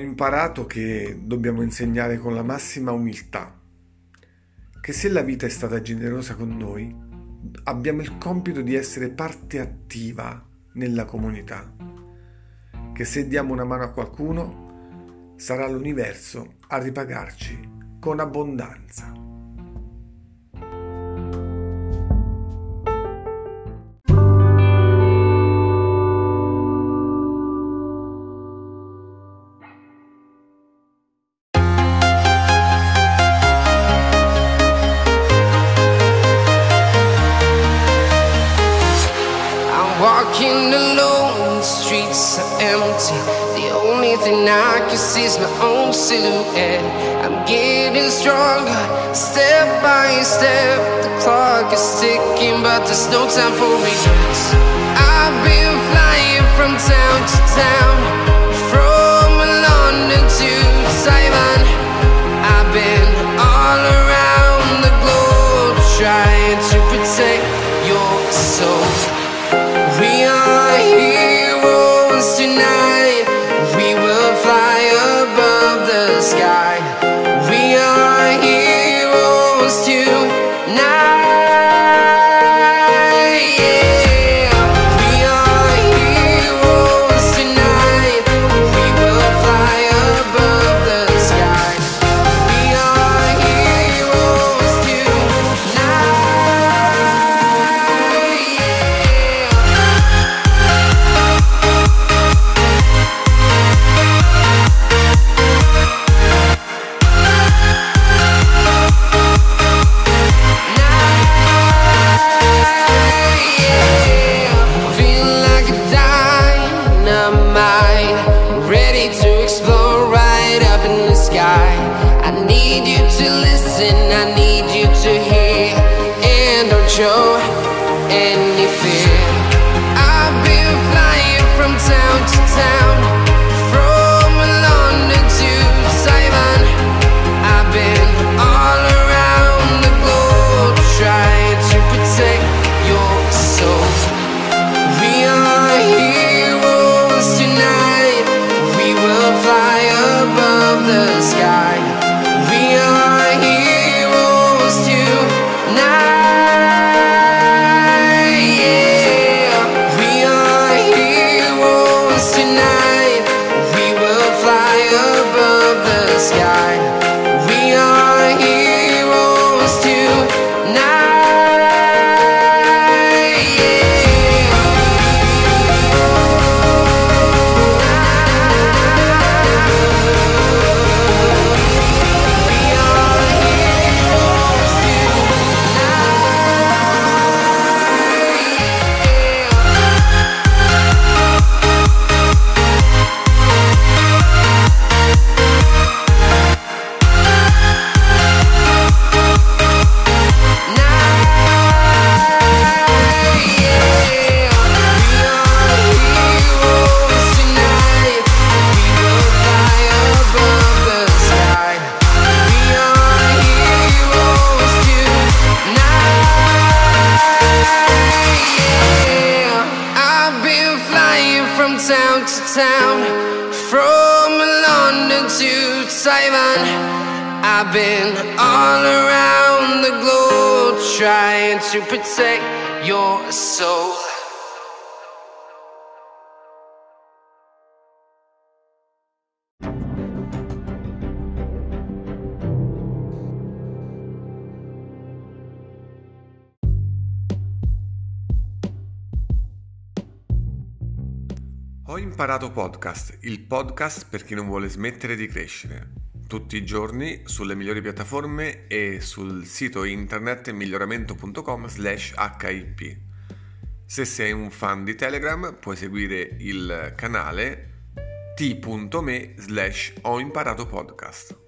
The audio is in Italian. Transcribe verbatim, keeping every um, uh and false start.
imparato che dobbiamo insegnare con la massima umiltà, che se la vita è stata generosa con noi, abbiamo il compito di essere parte attiva nella comunità, che se diamo una mano a qualcuno, sarà l'universo a ripagarci con abbondanza. Walking alone, the streets are empty. The only thing I can see is my own silhouette. I'm getting stronger, step by step. The clock is ticking, but there's no time for regrets. I've been flying from town to town, from London to Taiwan. I've been all around the globe, trying to protect your soul. We are heroes tonight. We will fly above the sky. We are heroes tonight. Yeah. We are heroes tonight. We will fly above the sky. We are heroes tonight. Show any fear. I've been flying from town to town, from London to Taiwan. I've been all around the globe, trying to protect your soul. We are heroes tonight. We will fly above the sky. We are heroes tonight. Town to town, from London to Taiwan. I've been all around the globe, trying to protect your soul. Ho imparato podcast, il podcast per chi non vuole smettere di crescere. Tutti i giorni sulle migliori piattaforme e sul sito internet miglioramento punto com slash hip. Se sei un fan di Telegram puoi seguire il canale t punto me slash ho imparato podcast.